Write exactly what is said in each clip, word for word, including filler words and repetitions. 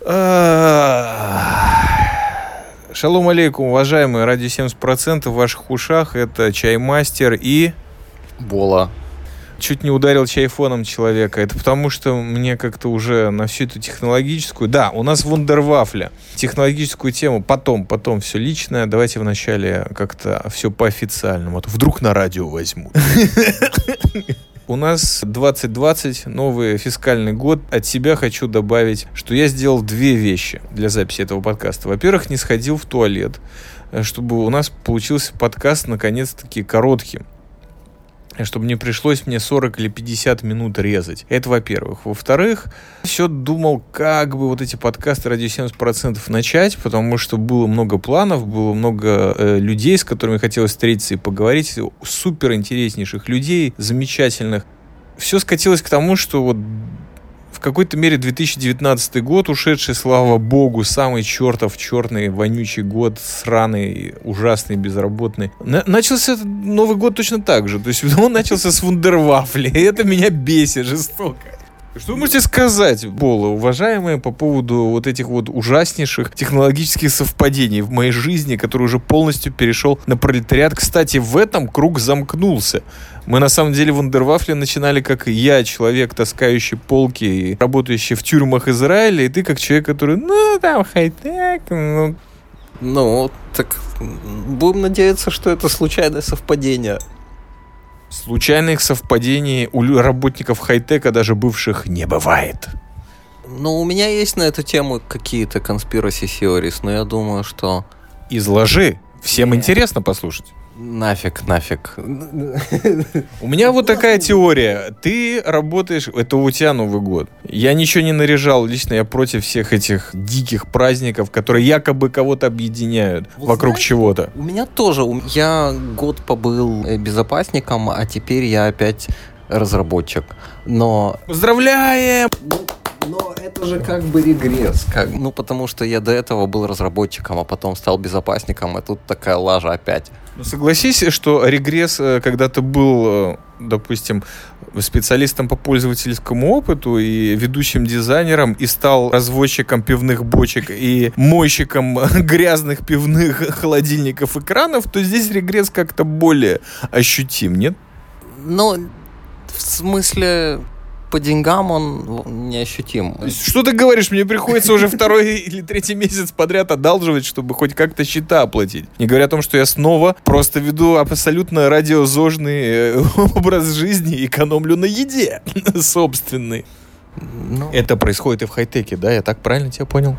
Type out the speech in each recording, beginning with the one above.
Шалом алейкум, уважаемые, радио семьдесят процентов в ваших ушах. Это Чаймастер и... Бола. Чуть не ударил чайфоном человека. Это потому, что мне как-то уже на всю эту технологическую... Да, у нас вундервафля. Технологическую тему потом, потом все личное. Давайте вначале как-то все по-официальному. Вот вдруг на радио возьму. У нас двадцать двадцать, новый фискальный год. От себя хочу добавить, что я сделал две вещи для записи этого подкаста. Во-первых, не сходил в туалет, чтобы у нас получился подкаст наконец-таки коротким. Чтобы не пришлось мне сорок или пятьдесят минут резать. Это во-первых. Во-вторых, все думал, как бы вот эти подкасты радио семьдесят процентов начать, потому что было много планов, было много э, людей, с которыми хотелось встретиться и поговорить, супер интереснейших людей, замечательных. Все скатилось к тому, что вот в какой-то мере две тысячи девятнадцатый год, ушедший, слава богу, самый чертов черный, вонючий год, сраный, ужасный, безработный. На- начался Новый год точно так же. То есть он начался с вундервафли. И это меня бесит жестоко. Что вы можете сказать, Бола, уважаемые, по поводу вот этих вот ужаснейших технологических совпадений в моей жизни, который уже полностью перешел на пролетариат? Кстати, в этом круг замкнулся. Мы, на самом деле, в вундервафле начинали как я, человек, таскающий полки и работающий в тюрьмах Израиля, и ты как человек, который, ну, там, хай-тек, ну... Ну, так будем надеяться, что это случайное совпадение. Случайных совпадений у работников хай-тека, даже бывших, не бывает. Ну, у меня есть на эту тему какие-то conspiracy theories, но я думаю, что... Изложи. Всем Нет. Интересно послушать. Нафиг, нафиг. У меня вот такая теория. Ты работаешь... Это у тебя Новый год. Я ничего не наряжал. Лично я против всех этих диких праздников, которые якобы кого-то объединяют вот вокруг знаете, чего-то. У меня тоже. Я год побыл безопасником, а теперь я опять разработчик. Но... Поздравляем! Но это же как бы регресс. Как... Ну, потому что я до этого был разработчиком, а потом стал безопасником, и тут такая лажа опять. Ну, согласись, что регресс, когда ты был, допустим, специалистом по пользовательскому опыту и ведущим дизайнером, и стал разводчиком пивных бочек и мойщиком грязных пивных холодильников и кранов, то здесь регресс как-то более ощутим, нет? Ну, в смысле... По деньгам он неощутим. Что ты говоришь? Мне приходится уже второй или третий месяц подряд одалживать, чтобы хоть как-то счета оплатить. Не говоря о том, что я снова просто веду абсолютно радиозожный образ жизни и экономлю на еде собственной. Ну, это происходит и в хай-теке, да? Я так правильно тебя понял?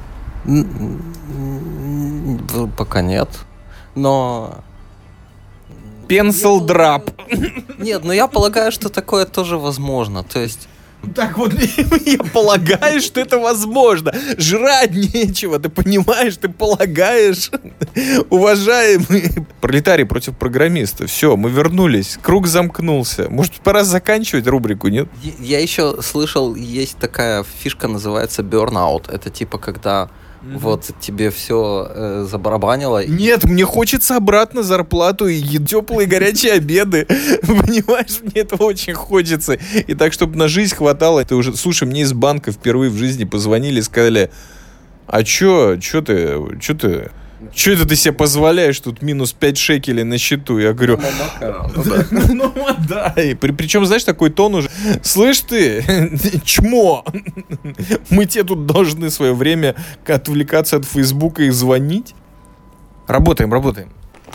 Пока нет. Но... Pencil drop. Нет, но я полагаю, что такое тоже возможно. То есть... Так вот, я полагаю, что это возможно. Жрать нечего, ты понимаешь, ты полагаешь. Уважаемый пролетарий против программиста. Все, мы вернулись. Круг замкнулся. Может, пора заканчивать рубрику, нет? Я еще слышал, есть такая фишка, называется burnout. Это типа, когда... Mm-hmm. Вот тебе все э, забарабанило. Нет, мне хочется обратно зарплату и теплые горячие обеды. Понимаешь, мне этого очень хочется. И так, чтобы на жизнь хватало. Ты уже, слушай, мне из банка впервые в жизни позвонили и сказали: а чё, чё ты, чё ты, чё это ты себе позволяешь, тут минус пять шекелей на счету? Я говорю, ну да. Причем, знаешь, такой тон уже: слышь ты, чмо, мы тебе тут должны свое время отвлекаться от Фейсбука и звонить. Работаем, работаем.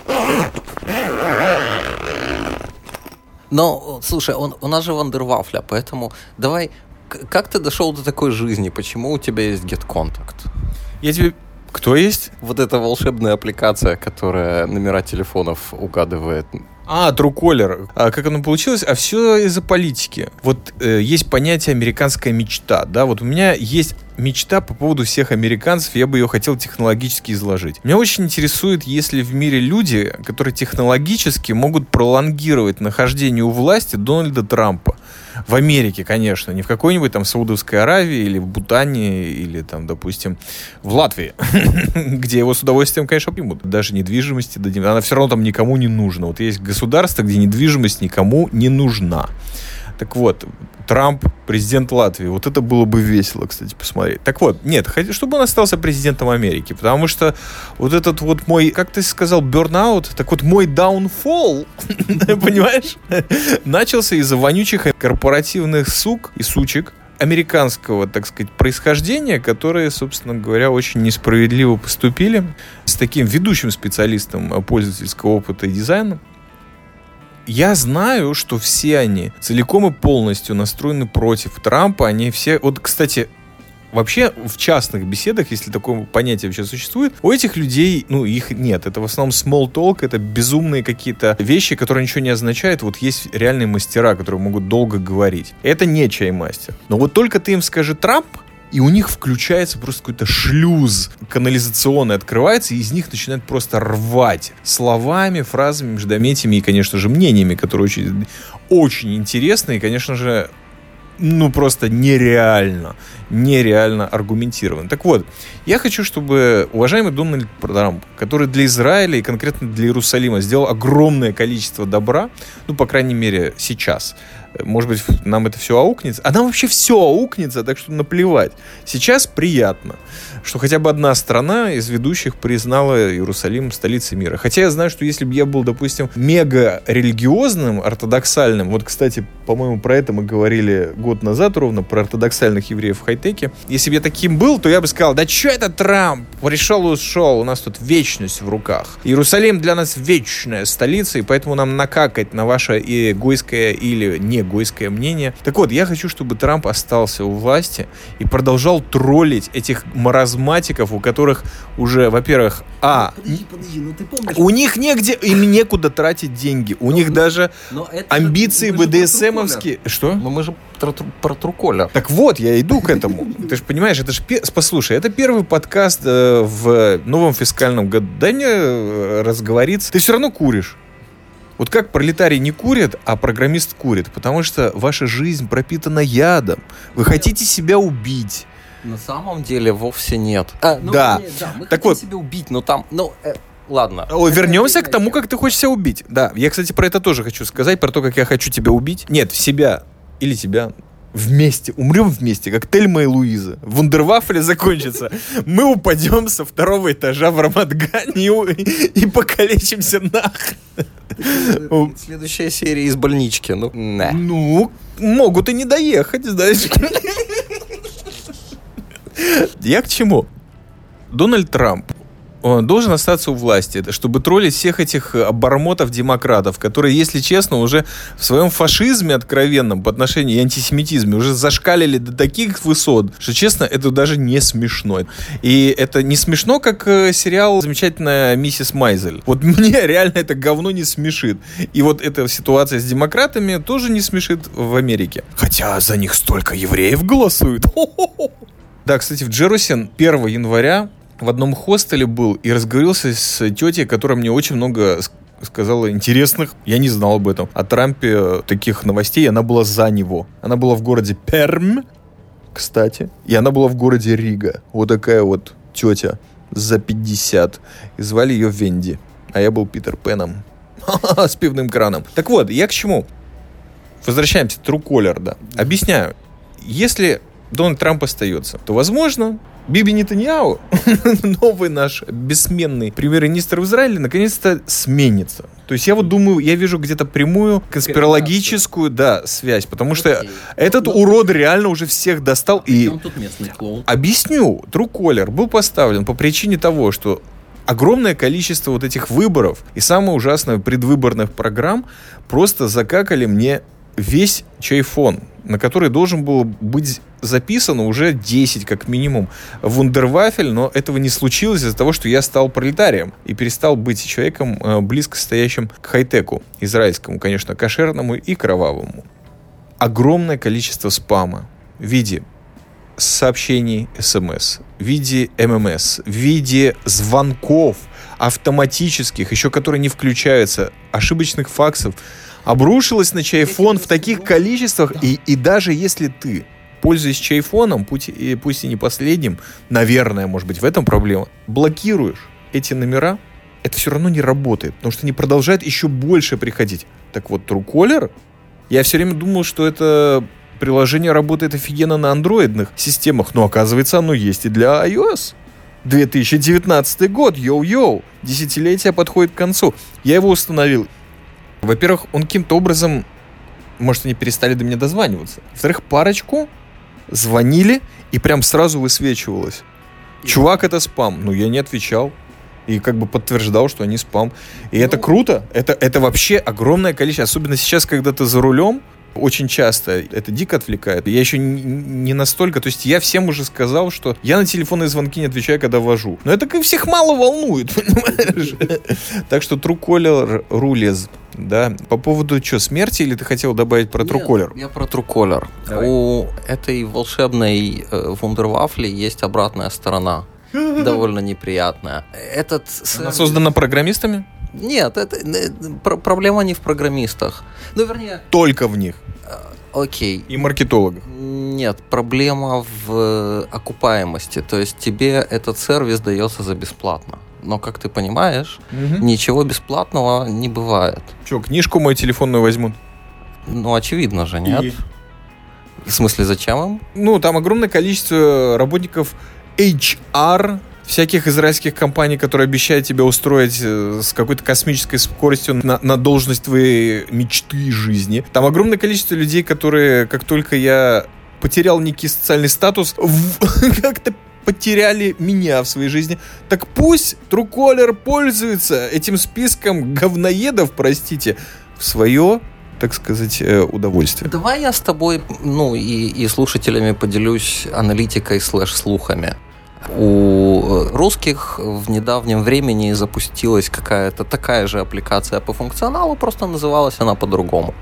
Но, слушай, он, у нас же вундервафля, поэтому давай, как ты дошел до такой жизни? Почему у тебя есть GetContact? Я тебе... Кто есть? Вот эта волшебная аппликация, которая номера телефонов угадывает. А, Truecaller. А как оно получилось? А все из-за политики. Вот э, есть понятие американская мечта, да, вот у меня есть мечта по поводу всех американцев, я бы ее хотел технологически изложить. Меня очень интересует, есть ли в мире люди, которые технологически могут пролонгировать нахождение у власти Дональда Трампа. В Америке, конечно, не в какой-нибудь там Саудовской Аравии или в Бутане или там, допустим, в Латвии, где его с удовольствием, конечно, примут. Даже недвижимости дадим. Она все равно там никому не нужна. Вот есть государство, где недвижимость никому не нужна. Так вот, Трамп президент Латвии. Вот это было бы весело, кстати, посмотреть. Так вот, нет, чтобы он остался президентом Америки, потому что вот этот вот мой, как ты сказал, burnout, так вот мой downfall, понимаешь, начался из-за вонючих корпоративных сук и сучек американского, так сказать, происхождения, которые, собственно говоря, очень несправедливо поступили с таким ведущим специалистом пользовательского опыта и дизайна. Я знаю, что все они целиком и полностью настроены против Трампа. Они все... Вот, кстати, вообще в частных беседах, если такое понятие вообще существует, у этих людей, ну, их нет. Это в основном small talk, это безумные какие-то вещи, которые ничего не означают. Вот есть реальные мастера, которые могут долго говорить. Это не чаймастер. Но вот только ты им скажи Трамп, и у них включается просто какой-то шлюз канализационный, открывается, и из них начинают просто рвать словами, фразами, междометиями и, конечно же, мнениями, которые очень, очень интересны и, конечно же, ну, просто нереально, нереально аргументированы. Так вот, я хочу, чтобы уважаемый Дональд Трамп, который для Израиля и конкретно для Иерусалима сделал огромное количество добра, ну, по крайней мере, сейчас. Может быть, нам это все аукнется. А нам вообще все аукнется, так что наплевать. Сейчас приятно, что хотя бы одна страна из ведущих признала Иерусалим столицей мира. Хотя я знаю, что если бы я был, допустим, мега-религиозным, ортодоксальным, вот, кстати, по-моему, про это мы говорили год назад ровно, про ортодоксальных евреев в хай-теке. Если бы я таким был, то я бы сказал, да что это Трамп? Пришел и ушел, у нас тут вечность в руках. Иерусалим для нас вечная столица, и поэтому нам накакать на ваше и гойское или не гойское мнение. Так вот, я хочу, чтобы Трамп остался у власти и продолжал троллить этих маразматиков, у которых уже, во-первых, а, подожди, подожди, ну ты помнишь, у них негде, им некуда тратить деньги, у но, них но, даже но амбиции бэ дэ эс эм-овские. Что? Но мы же про, про Труколя. Так вот, я иду к этому. Ты же понимаешь, это же... Послушай, это первый подкаст э, в новом фискальном году. Дай мне э, разговориться. Ты все равно куришь. Вот как пролетарий не курит, а программист курит, потому что ваша жизнь пропитана ядом. Вы хотите себя убить. На самом деле вовсе нет. А, ну, да. Не, да. Мы так хотим вот, себя убить, но там... Ну, э, ладно. О, вернемся к тому, как ты хочешь себя убить. Да, я, кстати, про это тоже хочу сказать, про то, как я хочу тебя убить. Нет, себя или тебя... Вместе, умрем вместе, как Тельма и Луиза. Вундервафля закончится. Мы упадем со второго этажа в Рамадгане и, и покалечимся нахрен. Следующая серия из больнички. Ну, не. Ну, могут и не доехать, знаешь. Я к чему? Дональд Трамп он должен остаться у власти, чтобы троллить всех этих обормотов-демократов, которые, если честно, уже в своем фашизме откровенном по отношению и антисемитизме уже зашкалили до таких высот, что, честно, это даже не смешно. И это не смешно, как сериал «Замечательная миссис Майзель». Вот мне реально это говно не смешит. И вот эта ситуация с демократами тоже не смешит в Америке. Хотя за них столько евреев голосуют. Да, кстати, в Джерусин первого января в одном хостеле был и разговорился с тетей, которая мне очень много сказала интересных, я не знал об этом, о Трампе таких новостей, она была за него. Она была в городе Перм, кстати, и она была в городе Рига. Вот такая вот тетя за пятьдесят. И звали ее Венди, а я был Питер Пеном с пивным краном. Так вот, я к чему? Возвращаемся, Труколер, да. Объясняю. Если Дональд Трамп остается, то, возможно, Биби Нетаньяху, новый наш бессменный премьер-министр в Израиле, наконец-то сменится. То есть я вот думаю, я вижу где-то прямую конспирологическую, да, связь, потому что okay. этот но, урод реально уже всех достал. А и тут местный клоун? Объясню, Труколер был поставлен по причине того, что огромное количество вот этих выборов и самое ужасное предвыборных программ просто закакали мне весь чайфон, на который должен был быть записано уже десять как минимум вундервафель, но этого не случилось из-за того, что я стал пролетарием и перестал быть человеком, близко стоящим к хай-теку израильскому, конечно, кошерному и кровавому. Огромное количество спама в виде сообщений эс-эм-эс, в виде эм эм эс, в виде звонков автоматических, еще которые не включаются, ошибочных факсов, обрушилась на чайфон в таких количествах, да. и, и даже если ты, пользуясь чайфоном, пусть и, пусть и не последним, наверное, может быть, в этом проблема, блокируешь эти номера, это все равно не работает, потому что они продолжают еще больше приходить. Так вот, Труколер Я все время думал, что это приложение работает офигенно на андроидных системах, но оказывается, оно есть и для iOS. две тысячи девятнадцатый год, йоу-йоу, десятилетие подходит к концу. Я его установил. Во-первых, он каким-то образом, может, они перестали до меня дозваниваться. Во-вторых, парочку звонили, и прям сразу высвечивалось. Чувак, это спам. Ну, я не отвечал. И как бы подтверждал, что они спам. И ну, это круто. Это, это вообще огромное количество. Особенно сейчас, когда ты за рулем, очень часто это дико отвлекает. Я еще не настолько... То есть я всем уже сказал, что я на телефонные звонки не отвечаю, когда вожу. Но это всех мало волнует, понимаешь? Так что Truecaller рулез. Да. По поводу что, смерти, или ты хотел добавить про Truecaller? Я про Truecaller. У этой волшебной вундервафли есть обратная сторона. Довольно неприятная. Этот Она создана программистами? Нет, это, это проблема не в программистах. Ну, вернее... Только в них. Окей. И маркетологах. Нет, проблема в окупаемости. То есть тебе этот сервис дается за бесплатно. Но, как ты понимаешь, угу. ничего бесплатного не бывает. Че, книжку мою телефонную возьмут? Ну, очевидно же, нет? И... В смысле, зачем им? Ну, там огромное количество работников эйч ар, всяких израильских компаний, которые обещают тебя устроить с какой-то космической скоростью на, на должность твоей мечты жизни. Там огромное количество людей, которые, как только я потерял некий социальный статус, в, как-то потеряли меня в своей жизни. Так пусть Truecaller пользуется этим списком говноедов, простите, в свое, так сказать, удовольствие. Давай я с тобой, ну, и, и слушателями поделюсь аналитикой слэш-слухами. У русских в недавнем времени запустилась какая-то такая же аппликация по функционалу, просто называлась она по-другому.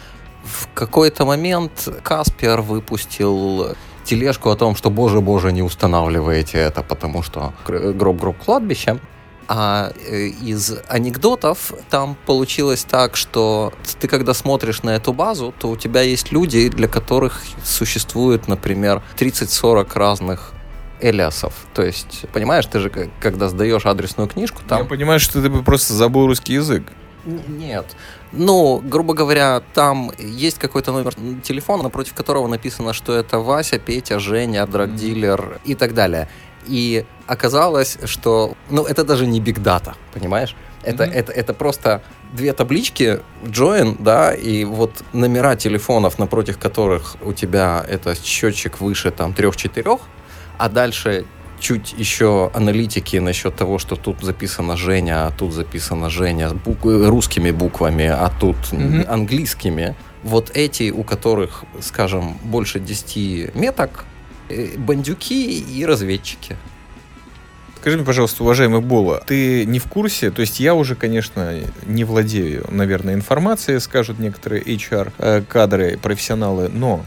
В какой-то момент Каспер выпустил тележку о том, что боже-боже, не устанавливаете это, потому что гроб-гроб кладбище. А из анекдотов там получилось так, что ты, когда смотришь на эту базу, то у тебя есть люди, для которых существует, например, тридцать-сорок разных элиасов. То есть, понимаешь, ты же, когда сдаешь адресную книжку, там... Я понимаю, что ты просто забыл русский язык. Нет. Ну, грубо говоря, там есть какой-то номер телефона, напротив которого написано, что это Вася, Петя, Женя, драгдилер и так далее. И оказалось, что... Ну, это даже не биг дата, понимаешь? Это, mm-hmm. это, это просто две таблички, join, да, и вот номера телефонов, напротив которых у тебя это счетчик выше там трех-четырех, а дальше чуть еще аналитики насчет того, что тут записано Женя, а тут записано Женя бук... русскими буквами, а тут mm-hmm. английскими. Вот эти, у которых, скажем, больше десяти меток, бандюки и разведчики. Скажи мне, пожалуйста, уважаемый Бола, ты не в курсе? То есть я уже, конечно, не владею, наверное, информацией, скажут некоторые эйч ар-кадры, профессионалы, но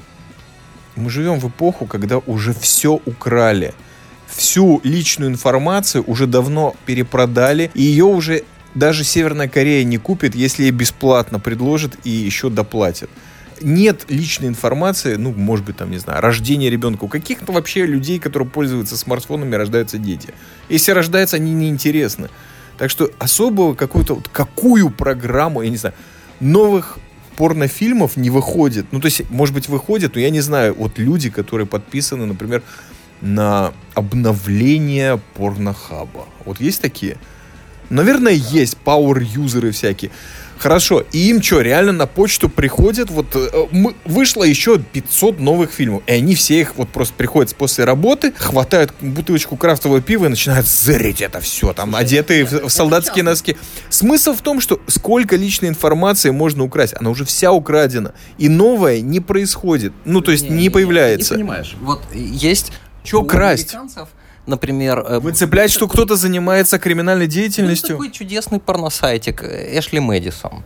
мы живем в эпоху, когда уже все украли. Всю личную информацию уже давно перепродали, и ее уже даже Северная Корея не купит, если ей бесплатно предложат и еще доплатят. Нет личной информации, ну, может быть, там, не знаю, рождение ребенка. У каких-то вообще людей, которые пользуются смартфонами, рождаются дети. Если рождаются, они неинтересны. Так что особого какую-то, вот, какую программу, я не знаю, новых порнофильмов не выходит. Ну, то есть, может быть, выходит, но я не знаю, вот люди, которые подписаны, например, на обновление порнохаба. Вот есть такие? Наверное, есть пауэр-юзеры всякие. Хорошо, и им что, реально на почту приходят, вот э, вышло еще пятьсот новых фильмов, и они все их вот просто приходят после работы, хватают бутылочку крафтового пива и начинают зырить это все, там, Слушай, одетые нет, в, в солдатские носки. Смысл в том, что сколько личной информации можно украсть, она уже вся украдена, и новое не происходит, ну, то есть не, не, не появляется. Не, не понимаешь, вот есть... Что красть? Например... Выцеплять, что кто-то занимается криминальной деятельностью? Ну, такой чудесный порносайтик Эшли Мэдисон.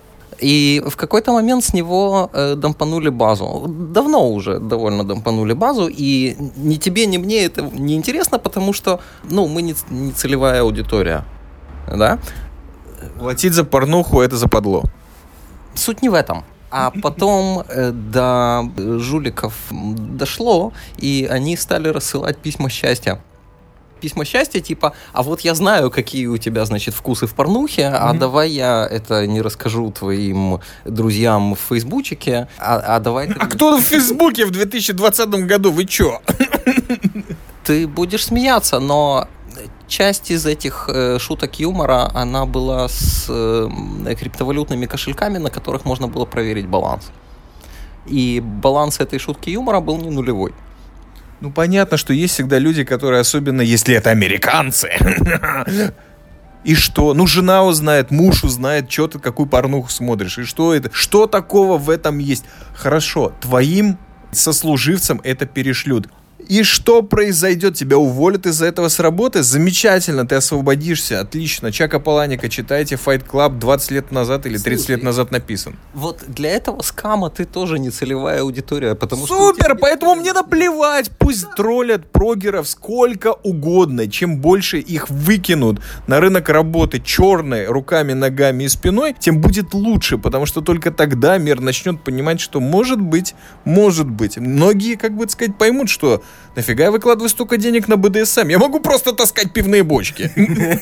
И в какой-то момент с него э, дампанули базу. Давно уже довольно дампанули базу, и ни тебе, ни мне это не интересно, потому что, ну, мы не, не целевая аудитория. Да? Платить за порнуху — это западло. Суть не в этом. А потом э, до жуликов дошло, и они стали рассылать письма счастья. письма счастья, типа, а вот я знаю, какие у тебя, значит, вкусы в порнухе, mm-hmm. а давай я это не расскажу твоим друзьям в Фейсбучике, а, а давай... А кто в Фейсбуке в две тысячи двадцатом году? Вы чё? Ты будешь смеяться, но... Часть из этих э, шуток юмора, она была с э, криптовалютными кошельками, на которых можно было проверить баланс. И баланс этой шутки юмора был не нулевой. Ну, понятно, что есть всегда люди, которые, особенно если это американцы. И что? Ну, жена узнает, муж узнает, что ты, какую порнуху смотришь. И что это? Что такого в этом есть? Хорошо, твоим сослуживцам это перешлют. И что произойдет? Тебя уволят из-за этого с работы? Замечательно, ты освободишься, отлично. Чака Паланика читайте, Fight Club двадцать лет назад или тридцать Слушай, лет назад написан. Вот для этого скама ты тоже не целевая аудитория, потому Супер, что... поэтому мне наплевать, пусть троллят прогеров сколько угодно. Чем больше их выкинут на рынок работы черной, руками, ногами и спиной, тем будет лучше, потому что только тогда мир начнет понимать, что может быть, может быть. Многие, как бы сказать, поймут, что нафига я выкладываю столько денег на бэ дэ эс эм? Я могу просто таскать пивные бочки.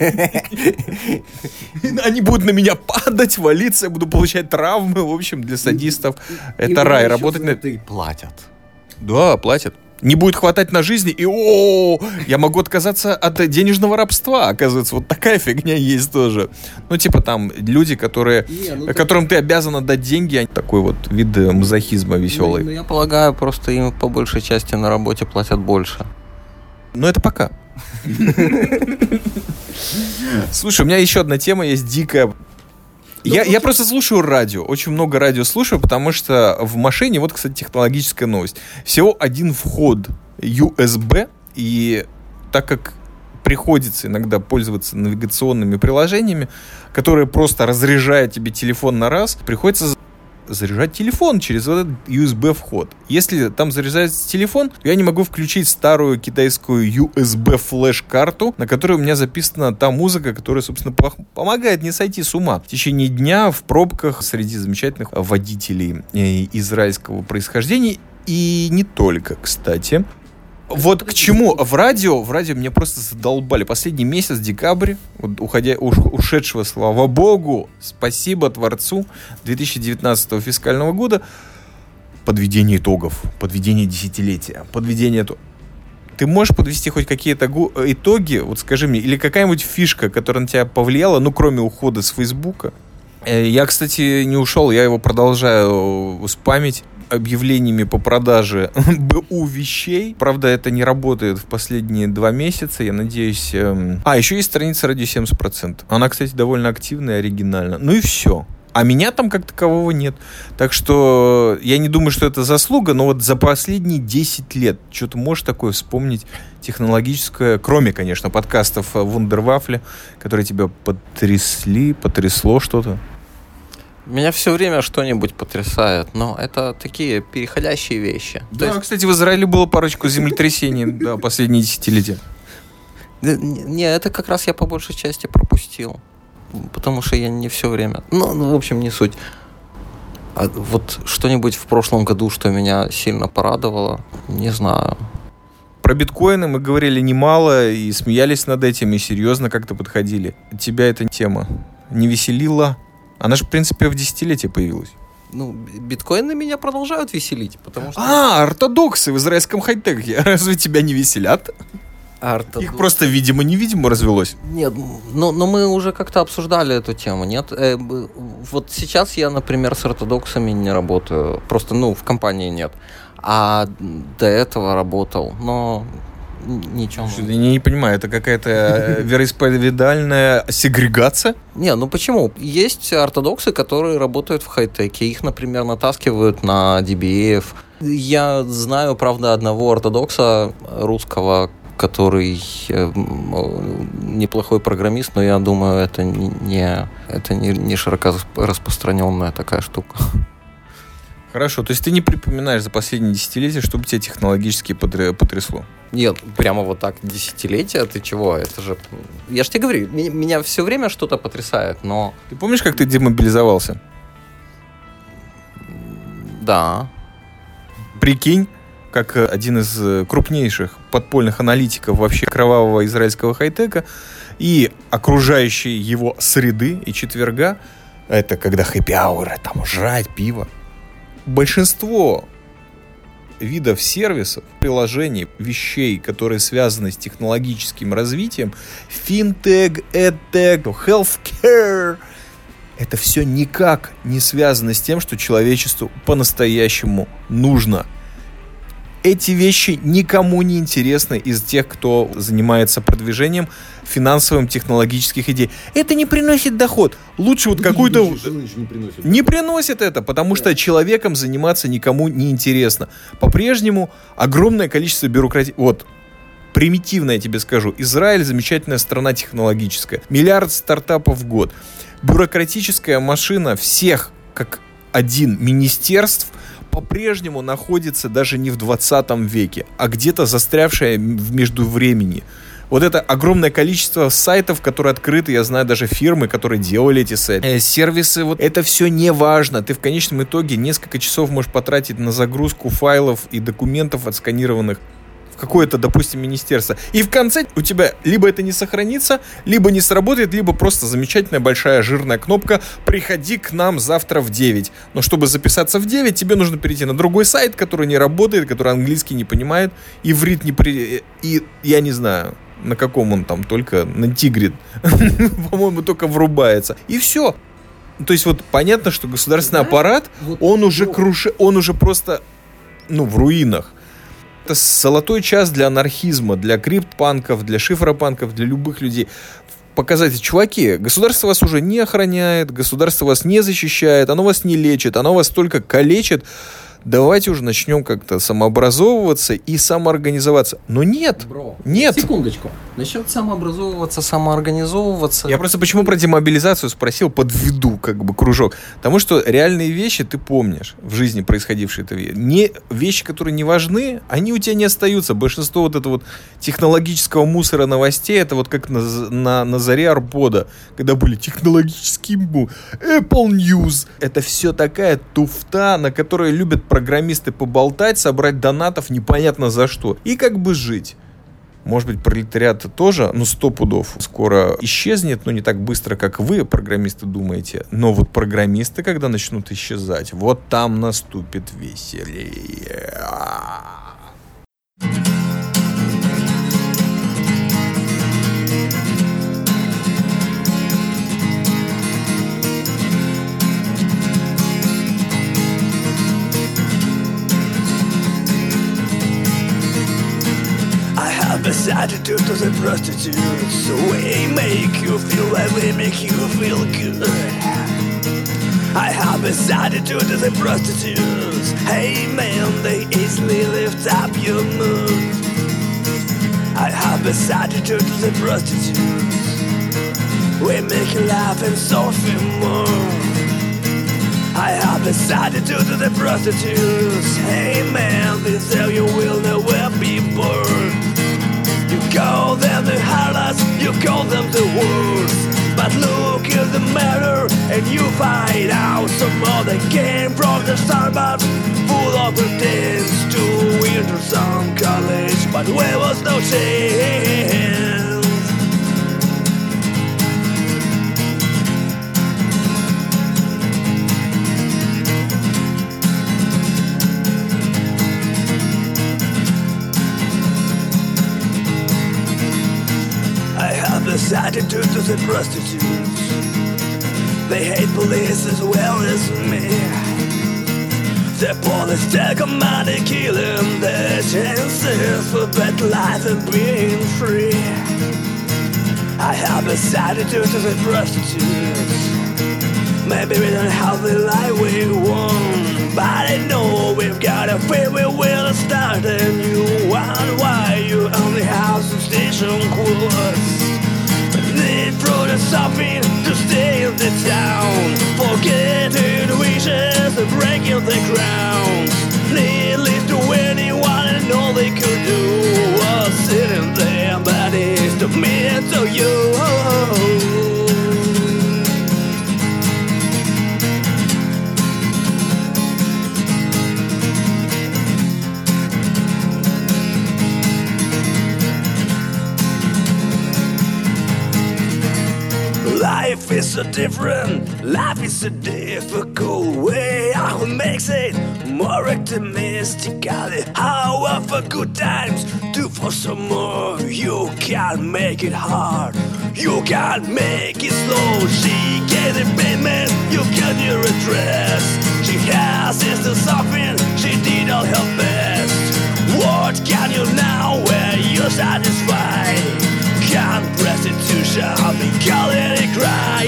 Они будут на меня падать, валиться, я буду получать травмы. В общем, для садистов это рай. Работать на это и платят. Да, платят. Не будет хватать на жизни, и о, я могу отказаться от денежного рабства. Оказывается, вот такая фигня есть тоже. Ну, типа там люди, которые, Не, ну, которым ты... ты обязан отдать деньги, такой вот вид мазохизма веселый. Ну, ну, я полагаю, просто им по большей части на работе платят больше. Но это пока. Слушай, у меня еще одна тема есть дикая. Я, я просто слушаю радио, очень много радио слушаю, потому что в машине, вот, кстати, технологическая новость, всего один вход ю эс би, и так как приходится иногда пользоваться навигационными приложениями, которые просто разряжают тебе телефон на раз, приходится заряжать телефон через вот этот ю эс би-вход. Если там заряжается телефон, я не могу включить старую китайскую ю эс би-флеш-карту, на которой у меня записана та музыка, которая, собственно, помогает не сойти с ума. В течение дня в пробках среди замечательных водителей израильского происхождения, и не только, кстати. Вот к чему? В радио, в радио меня просто задолбали. Последний месяц, декабрь, вот уходя, уш, ушедшего, слава богу, спасибо Творцу, две тысячи девятнадцатого фискального года, подведение итогов, подведение десятилетия, подведение... Ты можешь подвести хоть какие-то итоги, вот скажи мне, или какая-нибудь фишка, которая на тебя повлияла, ну, кроме ухода с Фейсбука? Я, кстати, не ушел, я его продолжаю спамить объявлениями по продаже БУ вещей. Правда, это не работает в последние два месяца. Я надеюсь... Эм... А, еще есть страница радио семьдесят процентов. Она, кстати, довольно активная и оригинальна. Ну и все. А меня там как такового нет. Так что я не думаю, что это заслуга, но вот за последние десять лет что-то можешь такое вспомнить технологическое, кроме, конечно, подкастов Вундервафля, которые тебя потрясли, потрясло что-то? Меня все время что-нибудь потрясает, но это такие переходящие вещи. Да, есть... кстати, в Израиле было парочку землетрясений да, последние десятилетия. Не, это как раз я по большей части пропустил. Потому что я не все время... Ну, ну в общем, не суть. А вот что-нибудь в прошлом году, что меня сильно порадовало, не знаю. Про биткоины мы говорили немало и смеялись над этим, и серьезно как-то подходили. Тебя эта тема не веселила? Она же, в принципе, в десятилетие появилась. Ну, биткоины меня продолжают веселить, потому что... А, ортодоксы в израильском хай-теке. Разве тебя не веселят? Ортодокс. Их просто, видимо-невидимо развелось. Нет, но, но мы уже как-то обсуждали эту тему, нет? Э, вот сейчас я, например, с ортодоксами не работаю. Просто, ну, в компании нет. А до этого работал, но... Ничего. Я не, не понимаю, это какая-то вероисповедальная сегрегация? Не, ну почему? Есть ортодоксы, которые работают в хай-теке. Их, например, натаскивают на ди би эф. Я знаю, правда, одного ортодокса русского, который неплохой программист, но я думаю, это не, это не, не широко распространенная такая штука. Хорошо, то есть ты не припоминаешь за последние десятилетия, чтобы тебя технологически потрясло? Нет, прямо вот так десятилетия, ты чего? Это же... Я же тебе говорю, меня, меня все время что-то потрясает, но... Ты помнишь, как ты демобилизовался? Да. Прикинь, как один из крупнейших подпольных аналитиков вообще кровавого израильского хай-тека и окружающей его среды и четверга, это когда хэппи-ауры, там жрать пиво. Большинство видов сервисов, приложений, вещей, которые связаны с технологическим развитием, финтех, эдтех, healthcare, это все никак не связано с тем, что человечеству по-настоящему нужно. Эти вещи никому не интересны из тех, кто занимается продвижением финансовым технологических идей. Это не приносит доход. Лучше вот какую-то... Не приносит. Не приносит это, потому что человеком заниматься никому не интересно. По-прежнему огромное количество бюрократии. Вот, примитивно я тебе скажу. Израиль замечательная страна технологическая. Миллиард стартапов в год. Бюрократическая машина всех, как один, министерств по-прежнему находится даже не в двадцатом веке, а где-то застрявшая в междувремени. Вот это огромное количество сайтов, которые открыты, я знаю даже фирмы, которые делали эти сайты. Э, сервисы, вот это все не важно. Ты в конечном итоге несколько часов можешь потратить на загрузку файлов и документов отсканированных в какое-то, допустим, министерство. И в конце у тебя либо это не сохранится, либо не сработает, либо просто замечательная большая жирная кнопка «Приходи к нам завтра в девять». Но чтобы записаться в девять, тебе нужно перейти на другой сайт, который не работает, который английский не понимает, иврит не при... И я не знаю, на каком он там, только на Тигре, по-моему, только врубается. И все. То есть вот понятно, что государственный аппарат, он уже крушит, он уже просто, ну, в руинах. Это золотой час для анархизма, для криптпанков, для шифропанков, для любых людей. Показать, чуваки, государство вас уже не охраняет, государство вас не защищает, оно вас не лечит, оно вас только калечит. Давайте уже начнем как-то самообразовываться и самоорганизоваться. Но нет, Бро, нет. Секундочку. Насчет самообразовываться, самоорганизовываться... Я просто почему про демобилизацию спросил, подведу как бы кружок. Потому что реальные вещи ты помнишь в жизни происходившие. Это не вещи, которые не важны, они у тебя не остаются. Большинство вот этого вот технологического мусора новостей, это вот как на, на, на заре Арпода, когда были технологические му, Apple News. Это все такая туфта, на которой любят программисты поболтать, собрать донатов непонятно за что. И как бы жить. Может быть, пролетариат тоже, ну, сто пудов скоро исчезнет, но не так быстро, как вы, программисты, думаете. Но вот программисты, когда начнут исчезать, вот там наступит веселье. Decided to do the prostitutes. We make you feel like we make you feel good. I have decided to do the prostitutes. Hey man, they easily lift up your mood. I have decided to do the prostitutes. We make you laugh and soften more. I have decided to do the prostitutes. Hey man, this hell you will never be bored. You call them the harlots, you call them the wolves. But look in the mirror and you find out some more they came from the Starbucks, full of pretense to enter some college, but there was no chance. Decided to do the prostitutes. They hate police as well as me. The police take a money, kill them. Their chances for better life and being free. I have decided to do the prostitutes. Maybe we don't have the life we want, but I know we've got a fear we will start a new one. Why you only have some station quotes? Need produce something to stay in the town. Forgetting wishes and breaking the ground. Needless to anyone and all they could do was sitting there, but it's to me and to you. is so different. Life is a difficult way. How makes it more optimistic? How for good times do for some more. You can't make it hard. You can't make it slow. She get a payment. You get your address. She has is to something. She did all her best. What can you now when you're satisfied? Can't prostitution be calling it cry.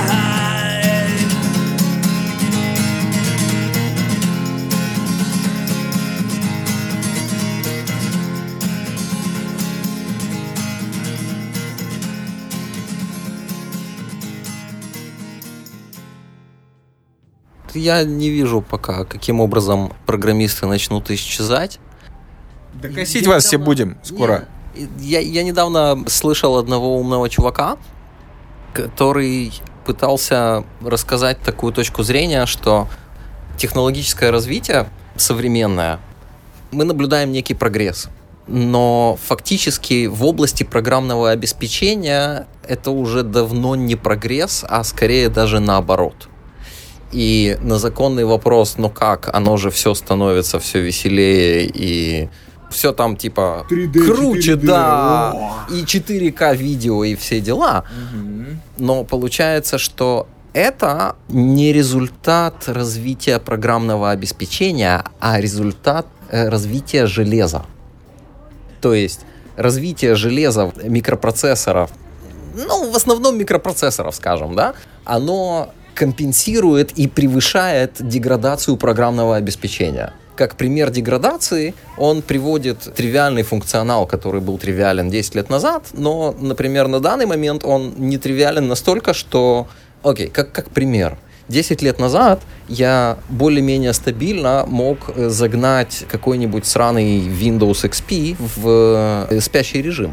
Я не вижу пока, каким образом программисты начнут исчезать. Да косить вас все будем скоро. Я, я недавно слышал одного умного чувака, который пытался рассказать такую точку зрения, что технологическое развитие современное, мы наблюдаем некий прогресс. Но фактически в области программного обеспечения это уже давно не прогресс, а скорее даже наоборот. И на законный вопрос, ну как, оно же все становится все веселее и все там типа три дэ, круче, четыре дэ, да, о! И четыре ка видео и все дела. Угу. Но получается, что это не результат развития программного обеспечения, а результат э, развития железа. То есть развитие железа, микропроцессоров, ну в основном микропроцессоров, скажем, да, оно компенсирует и превышает деградацию программного обеспечения. Как пример деградации, он приводит тривиальный функционал, который был тривиален десять лет назад, но, например, на данный момент он не тривиален настолько, что... Окей, как, как пример. десять лет назад я более-менее стабильно мог загнать какой-нибудь сраный Windows икс пи в спящий режим.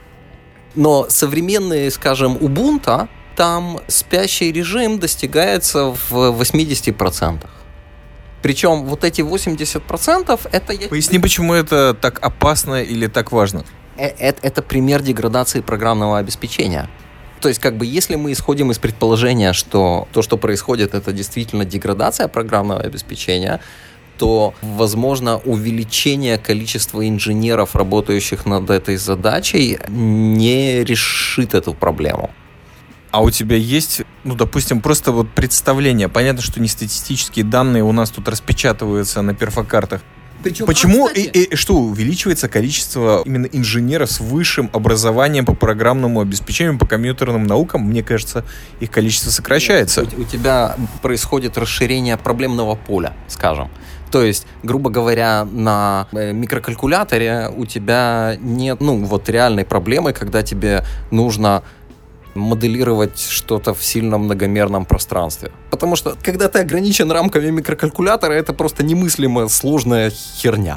Но современные, скажем, Ubuntu, там спящий режим достигается в восемьдесят процентов. Причем вот эти восемьдесят процентов это... Поясни, почему это так опасно или так важно? Это, это пример деградации программного обеспечения. То есть, как бы, если мы исходим из предположения, что то, что происходит, это действительно деградация программного обеспечения, то, возможно, увеличение количества инженеров, работающих над этой задачей, не решит эту проблему. А у тебя есть, ну, допустим, просто вот представление. Понятно, что не статистические данные у нас тут распечатываются на перфокартах. Причем, Почему а, и, и что увеличивается количество именно инженеров с высшим образованием по программному обеспечению, по компьютерным наукам? Мне кажется, их количество сокращается. Нет, у, у тебя происходит расширение проблемного поля, скажем. То есть, грубо говоря, на микрокалькуляторе у тебя нет, ну, вот реальной проблемы, когда тебе нужно моделировать что-то в сильно многомерном пространстве. Потому что, когда ты ограничен рамками микрокалькулятора, это просто немыслимо сложная херня.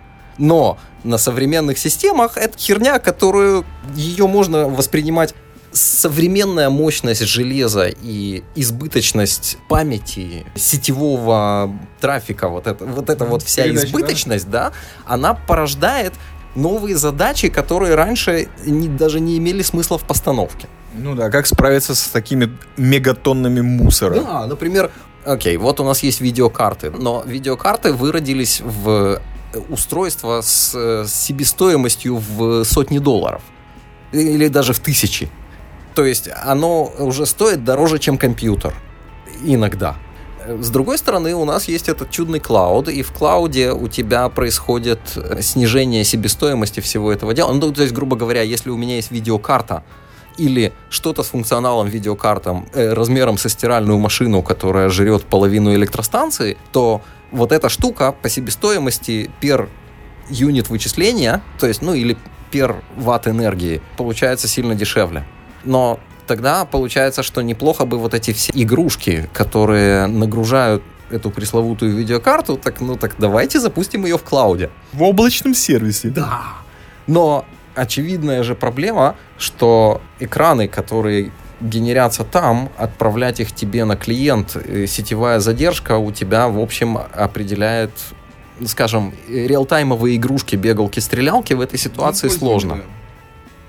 Но на современных системах это херня, которую ее можно воспринимать. Современная мощность железа и избыточность памяти, сетевого трафика, вот это вот, это вот вся Передача, избыточность, да? да, она порождает новые задачи, которые раньше не, даже не имели смысла в постановке. Ну да, как справиться с такими мегатоннами мусора? Да, например, окей, вот у нас есть видеокарты, но видеокарты выродились в устройство с, с себестоимостью в сотни долларов. Или даже в тысячи. То есть оно уже стоит дороже, чем компьютер. Иногда. С другой стороны, у нас есть этот чудный клауд, и в клауде у тебя происходит снижение себестоимости всего этого дела. Ну, то есть, грубо говоря, если у меня есть видеокарта или что-то с функционалом видеокартом э, размером со стиральную машину, которая жрет половину электростанции, то вот эта штука по себестоимости per юнит вычисления, то есть, ну, или per ватт энергии, получается сильно дешевле. Но тогда получается, что неплохо бы вот эти все игрушки, которые нагружают эту пресловутую видеокарту, так, ну так давайте запустим ее в клауде. В облачном сервисе. Да. Но очевидная же проблема, что экраны, которые генерятся там, отправлять их тебе на клиент, сетевая задержка у тебя, в общем, определяет, скажем, реалтаймовые игрушки, бегалки, стрелялки в этой ситуации сложно.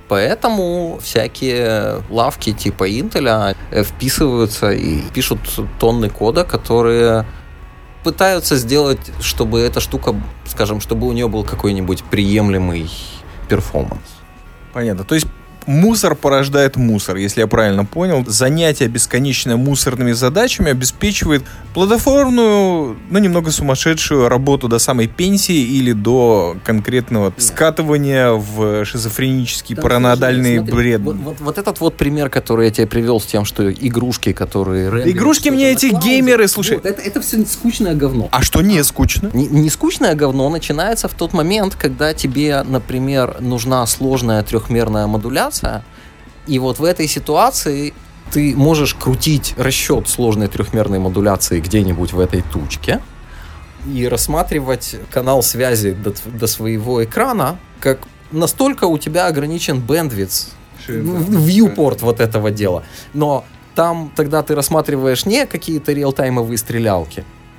Поэтому всякие лавки типа Intel вписываются и пишут тонны кода, которые пытаются сделать, чтобы эта штука, скажем, чтобы у нее был какой-нибудь приемлемый перформанс. Понятно. То есть мусор порождает мусор, если я правильно понял. Занятие бесконечно мусорными задачами обеспечивает плодотворную, но немного сумасшедшую работу до самой пенсии или до конкретного Нет. скатывания в шизофренический, да, параноидальный бред. Вот, вот, вот этот вот пример, который я тебе привел с тем, что игрушки, которые... Да игрушки мне эти клауде, геймеры, слушай... Вот, это, это все скучное говно. А что не скучно? Не, не скучное говно начинается в тот момент, когда тебе, например, нужна сложная трехмерная модуляция, и вот в этой ситуации ты можешь крутить расчет сложной трехмерной модуляции где-нибудь в этой тучке и рассматривать канал связи до, до своего экрана, как настолько у тебя ограничен бэндвидth, viewport вот этого дела. Но там тогда ты рассматриваешь не какие-то реалтаймовые стрелялки,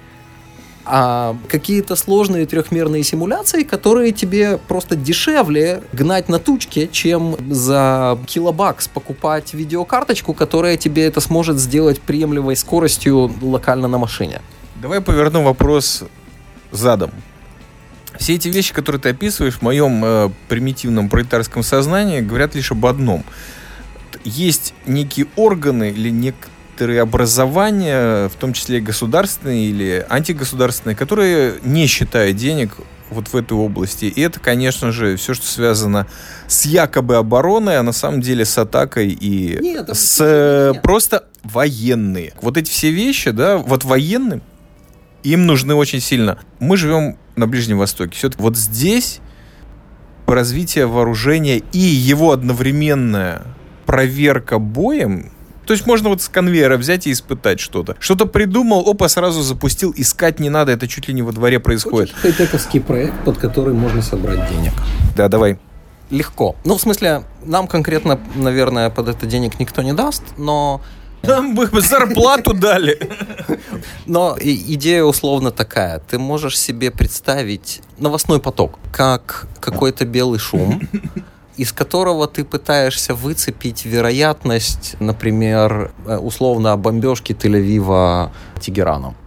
а какие-то сложные трехмерные симуляции, которые тебе просто дешевле гнать на тучке, чем за килобакс покупать видеокарточку, которая тебе это сможет сделать приемлемой скоростью локально на машине. Давай поверну вопрос задом. Все эти вещи, которые ты описываешь в моем э, примитивном пролетарском сознании, говорят лишь об одном. Есть некие органы или некие образования, в том числе государственные или антигосударственные, которые не считают денег вот в этой области. И это, конечно же, все, что связано с якобы обороной, а на самом деле с атакой и нет, с нет. просто военные. Вот эти все вещи, да, вот военным им нужны очень сильно. Мы живем на Ближнем Востоке. Все-таки вот здесь развитие вооружения и его одновременная проверка боем. То есть можно вот с конвейера взять и испытать что-то. Что-то придумал, опа, сразу запустил, искать не надо, это чуть ли не во дворе происходит. Очень хай-тековский проект, под который можно собрать денег. Да, давай. Легко. Ну, в смысле, нам конкретно, наверное, под это денег никто не даст, но... Нам бы зарплату дали. Но идея условно такая. Ты можешь себе представить новостной поток, как какой-то белый шум, из которого ты пытаешься выцепить вероятность, например, условно, бомбежки Тель-Авива Тегераном.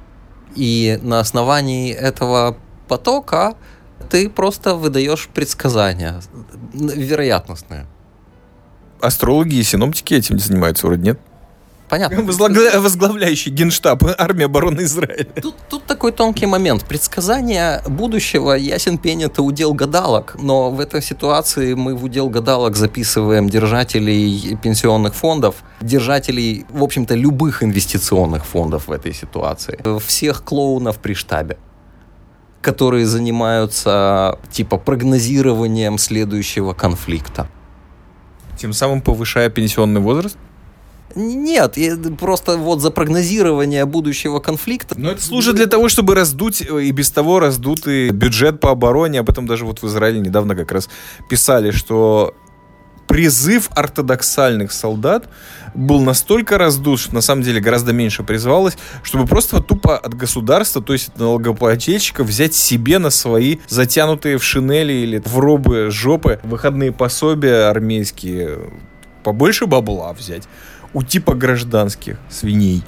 И на основании этого потока ты просто выдаешь предсказания вероятностные. Астрологи и синоптики этим занимаются, вроде нет? Понятно. Возглавля... Возглавляющий Генштаб армии обороны Израиля. Тут, тут такой тонкий момент. Предсказание будущего, ясен пень, это удел гадалок, но в этой ситуации мы в удел гадалок записываем держателей пенсионных фондов, держателей, в общем-то, любых инвестиционных фондов в этой ситуации. Всех клоунов при штабе, которые занимаются, типа, прогнозированием следующего конфликта. Тем самым повышая пенсионный возраст? Нет, просто вот за прогнозирование будущего конфликта. Но это служит для того, чтобы раздуть и без того раздутый бюджет по обороне. Об этом даже вот в Израиле недавно как раз писали, что призыв ортодоксальных солдат был настолько раздут, что на самом деле гораздо меньше призывалось, чтобы просто вот тупо от государства, то есть от налогоплательщиков, взять себе на свои затянутые в шинели или в робы жопы выходные пособия армейские, побольше бабла взять у типа гражданских свиней.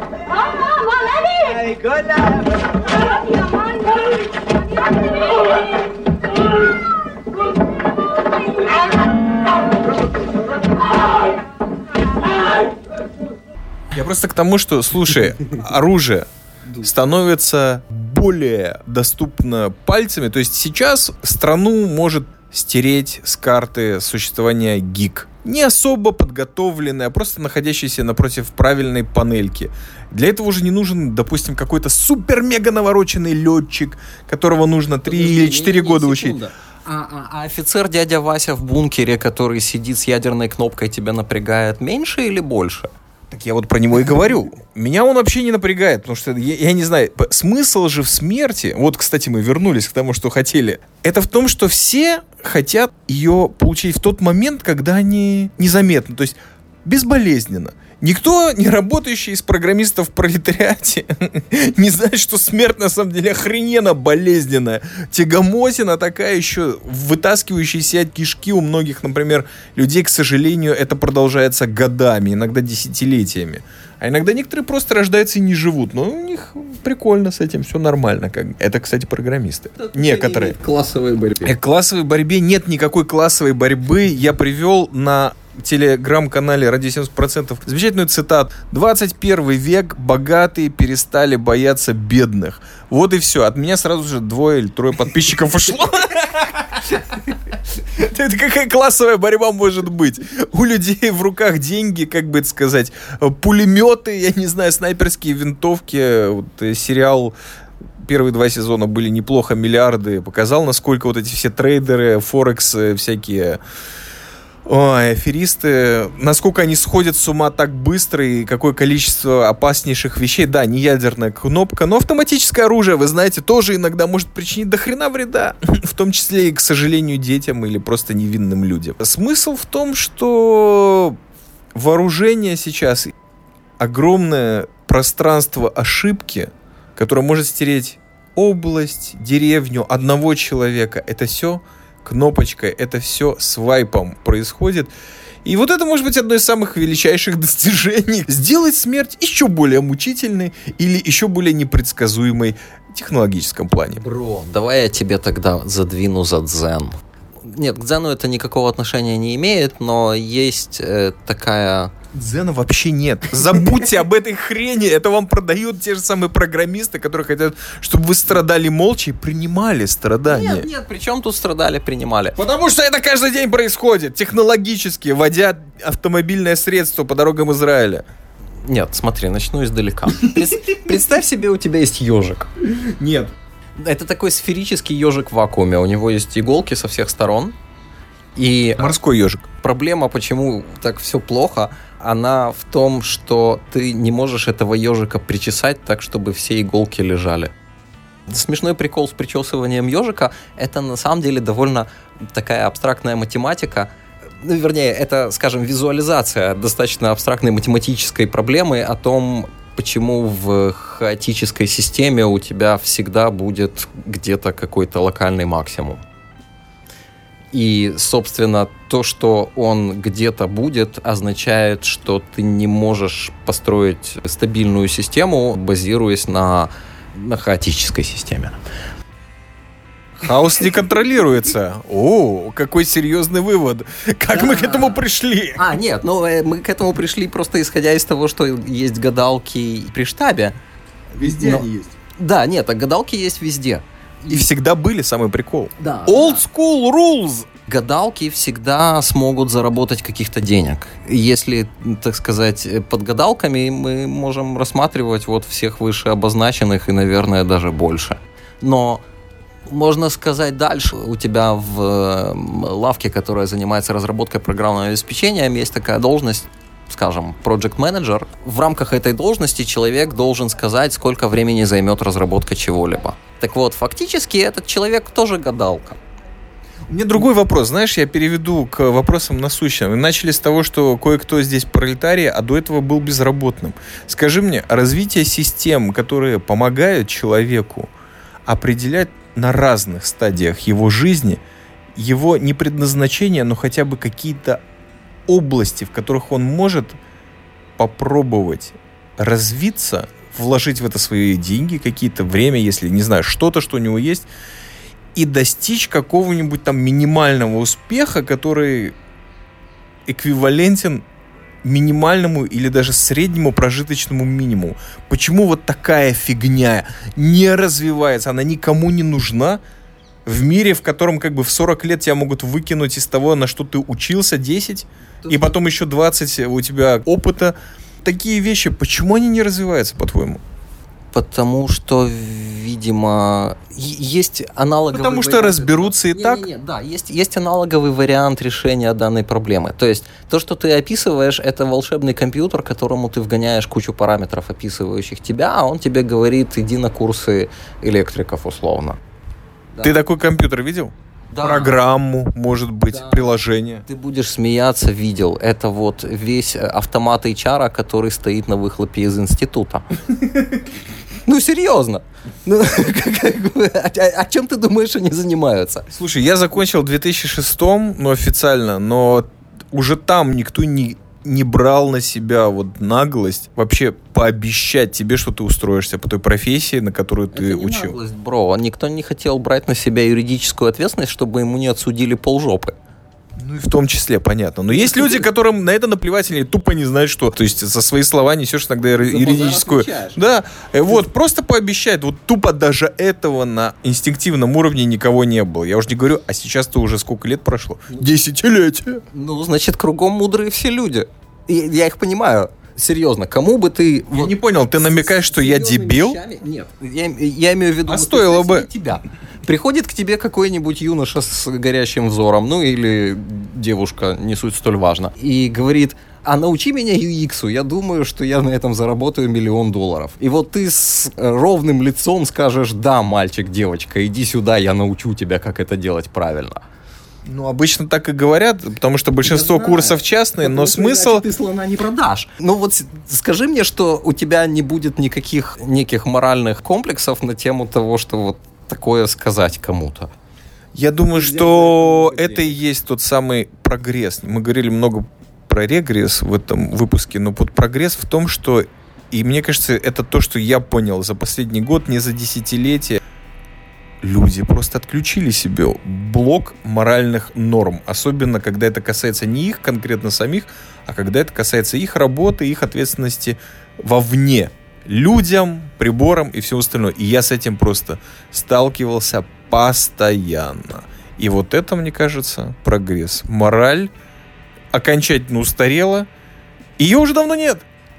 Я просто к тому, что, слушай, оружие становится более доступно пальцами. То есть сейчас страну может стереть с карты существования ГИК. Не особо подготовленный, а просто находящийся напротив правильной панельки. Для этого уже не нужен, допустим, какой-то супер-мега навороченный летчик, которого нужно три или четыре года учить. А, а, а офицер дядя Вася в бункере, который сидит с ядерной кнопкой, тебя напрягает меньше или больше? Так я вот про него и говорю. Меня он вообще не напрягает, потому что, я, я не знаю, смысл же в смерти, вот, кстати, мы вернулись к тому, что хотели, это в том, что все хотят ее получить в тот момент, когда они незаметны, то есть безболезненно. Никто, не работающий из программистов в пролетариате, не знает, что смерть на самом деле охрененно болезненная. Тягомотина такая еще, вытаскивающаяся от кишки у многих, например, людей, к сожалению, это продолжается годами, иногда десятилетиями. А иногда некоторые просто рождаются и не живут. Но у них прикольно с этим, все нормально. Как... Это, кстати, программисты. Это некоторые. Классовой борьбе. К классовой борьбе нет никакой классовой борьбы. Я привел на телеграм-канале «Радио семьдесят процентов» замечательную цитату. двадцать первый век, богатые перестали бояться бедных. Вот и все. От меня сразу же двое или трое подписчиков ушло. Это какая классовая борьба может быть? У людей в руках деньги, как бы это сказать, пулеметы, я не знаю, снайперские винтовки. Вот, сериал первые два сезона были неплохо, миллиарды. Показал, насколько вот эти все трейдеры, форекс, всякие... Ой, аферисты, насколько они сходят с ума так быстро и какое количество опаснейших вещей. Да, не ядерная кнопка, но автоматическое оружие, вы знаете, тоже иногда может причинить до хрена вреда. В том числе и, к сожалению, детям или просто невинным людям. Смысл в том, что вооружение сейчас огромное пространство ошибки, которое может стереть область, деревню, одного человека. Это все кнопочкой, это все свайпом происходит. И вот это может быть одно из самых величайших достижений. Сделать смерть еще более мучительной или еще более непредсказуемой в технологическом плане. Бро, давай я тебе тогда задвину за дзен. Нет, к дзену это никакого отношения не имеет, но есть э, такая... Дзена вообще нет. Забудьте об этой хрени. Это вам продают те же самые программисты, которые хотят, чтобы вы страдали молча и принимали страдания. Нет, нет, при чем тут страдали, принимали? Потому что это каждый день происходит. Технологически, водя автомобильное средство по дорогам Израиля. Нет, смотри, начну издалека. Представь себе, у тебя есть ежик. Нет. Это такой сферический ежик в вакууме. У него есть иголки со всех сторон. И морской ежик. Проблема, почему так все плохо, она в том, что ты не можешь этого ежика причесать так, чтобы все иголки лежали. Смешной прикол с причесыванием ежика — это на самом деле довольно такая абстрактная математика. Ну, вернее, это, скажем, визуализация достаточно абстрактной математической проблемы о том, почему в хаотической системе у тебя всегда будет где-то какой-то локальный максимум. И, собственно, то, что он где-то будет, означает, что ты не можешь построить стабильную систему, базируясь на, на хаотической системе. Хаос не контролируется. О, какой серьезный вывод. Как да. мы к этому пришли? А, нет, ну мы к этому пришли просто исходя из того, что есть гадалки при штабе. Везде Но... они есть. Да, нет, а гадалки есть везде. И всегда были, самый прикол. Да. Old school rules. Гадалки всегда смогут заработать каких-то денег. Если, так сказать, под гадалками мы можем рассматривать вот всех выше обозначенных и, наверное, даже больше. Но можно сказать дальше. У тебя в лавке, которая занимается разработкой программного обеспечения, есть такая должность, скажем, project manager. В рамках этой должности человек должен сказать, сколько времени займет разработка чего-либо. Так вот, фактически этот человек тоже гадалка. У меня другой вопрос. Знаешь, я переведу к вопросам насущным. Мы начали с того, что кое-кто здесь пролетарий, а до этого был безработным. Скажи мне, развитие систем, которые помогают человеку определять на разных стадиях его жизни, его не предназначение, но хотя бы какие-то области, в которых он может попробовать развиться, вложить в это свои деньги, какие-то время, если, не знаю, что-то, что у него есть, и достичь какого-нибудь там минимального успеха, который эквивалентен минимальному или даже среднему прожиточному минимуму. Почему вот такая фигня не развивается? Она никому не нужна в мире, в котором как бы в сорок лет тебя могут выкинуть из того, на что ты учился, десять, и потом еще двадцать у тебя опыта. Такие вещи, почему они не развиваются, по-твоему? Потому что, видимо, есть аналоговый Потому вариант. что разберутся и не, так? Не, не, да, есть, есть аналоговый вариант решения данной проблемы. То есть то, что ты описываешь, это волшебный компьютер, которому ты вгоняешь кучу параметров, описывающих тебя, а он тебе говорит, иди на курсы электриков условно. Да. Ты такой компьютер видел? Да. Программу, может быть, Да. приложение. Ты будешь смеяться, видел. Это вот весь автомат эйч ар, который стоит на выхлопе из института. Ну, серьезно. Ну, как бы, а, а чем ты думаешь, они занимаются? Слушай, я закончил в две тысячи шестом, ну, официально, но уже там никто не, не брал на себя вот наглость вообще пообещать тебе, что ты устроишься по той профессии, на которую ты Это не учил. наглость, бро. Никто не хотел брать на себя юридическую ответственность, чтобы ему не отсудили полжопы. Ну и в том числе, понятно. Но есть люди, которым на это наплевать, они тупо не знают, что. То есть за свои слова несешь иногда юридическую. Да, э, вот, просто пообещать. Вот тупо даже этого на инстинктивном уровне никого не было. Я уже не говорю, а сейчас-то уже сколько лет прошло? Десятилетия. Ну, значит, кругом мудрые все люди. И я их понимаю. Серьезно, кому бы ты... Я вот не понял, ты намекаешь, что я дебил? вещами- Нет, я, я имею в виду... А вот стоило бы. Тебя. Приходит к тебе какой-нибудь юноша с горящим взором, ну или девушка, не суть столь важно, и говорит: а научи меня ю экс, я думаю, что я на этом заработаю миллион долларов. И вот ты с ровным лицом скажешь: да, мальчик, девочка, иди сюда, я научу тебя, как это делать правильно. Ну, обычно так и говорят, потому что большинство Я знаю. курсов частные, но Потому что смысл... иначе ты слона не продашь. Ну вот с- скажи мне, что у тебя не будет никаких неких моральных комплексов на тему того, что вот такое сказать кому-то. Я думаю, что это и есть тот самый прогресс. Мы говорили много про регресс в этом выпуске, но вот прогресс в том, что, и мне кажется, это то, что я понял за последний год, не за десятилетие, люди просто отключили себе блок моральных норм. Особенно, когда это касается не их конкретно самих, а когда это касается их работы, их ответственности вовне. Людям, приборам и все остальное. И я с этим просто сталкивался постоянно. И вот это, мне кажется, прогресс. Мораль окончательно устарела. Ее уже давно нет.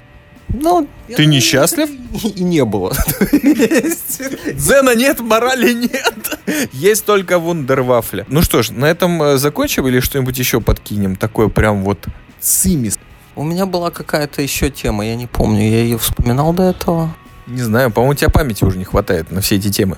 Ну, Ты несчастлив? И не было. Дзена нет, морали нет. Есть только вундервафля. Ну что ж, на этом э, закончим или что-нибудь еще подкинем? Такое прям вот цимис. У меня была какая-то еще тема, я не помню, я ее вспоминал до этого. Не знаю, по-моему, у тебя памяти уже не хватает на все эти темы.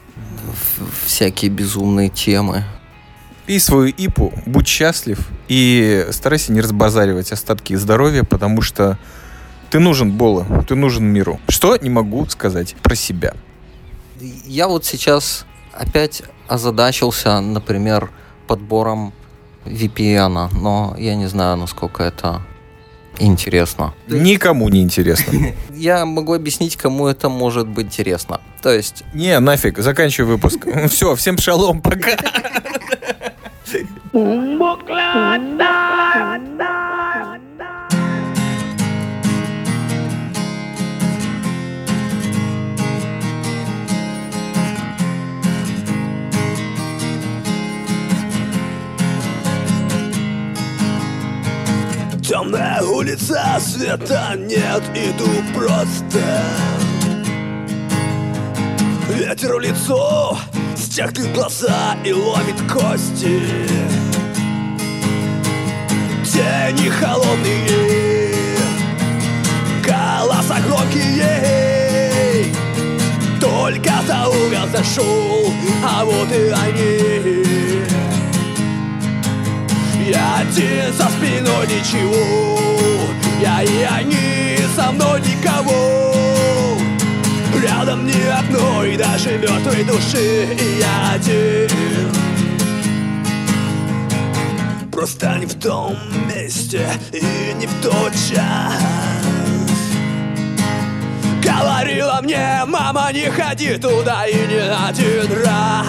В- всякие безумные темы. Пей свою ипу, будь счастлив и старайся не разбазаривать остатки здоровья, потому что ты нужен Бола, ты нужен миру. Что не могу сказать про себя. Я вот сейчас опять озадачился, например, подбором ви пи эн, но я не знаю, насколько это интересно. Никому не интересно. Я могу объяснить, кому это может быть интересно. То есть... Не, нафиг, заканчивай выпуск. Все, всем шалом, пока. Темная улица, света нет, иду просто. Ветер в лицо, стягивает глаза и ломит кости. Тени холодные, голоса громкие. Только за угол зашел, а вот и они. Я один со спиной ничего, я и они, со мной никого. Рядом ни одной, даже мертвой души, и я один. Просто не в том месте и не в тот час. Говорила мне мама, не ходи туда и не один раз.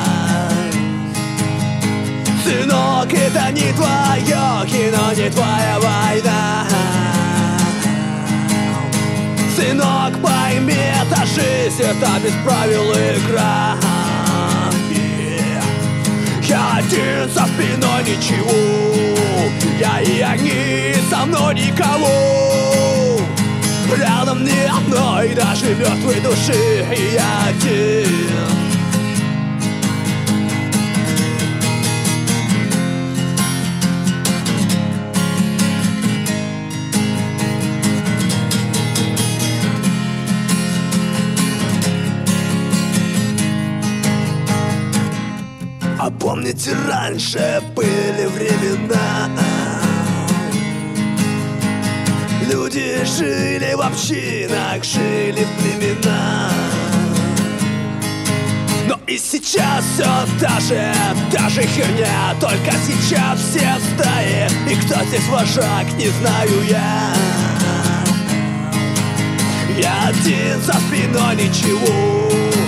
Сынок, это не твое кино, не твоя война. Сынок, пойми, это жизнь, это без правил игра. Yeah. Я один со спиной ничего, я и они, со мной никого. Рядом ни одной, даже мертвой души, и я один. А помните, раньше были времена, люди жили в общинах, жили в племенах. Но и сейчас все та же, та же херня, только сейчас все в стае, и кто здесь вожак, не знаю я. Я один за спиной, ничего.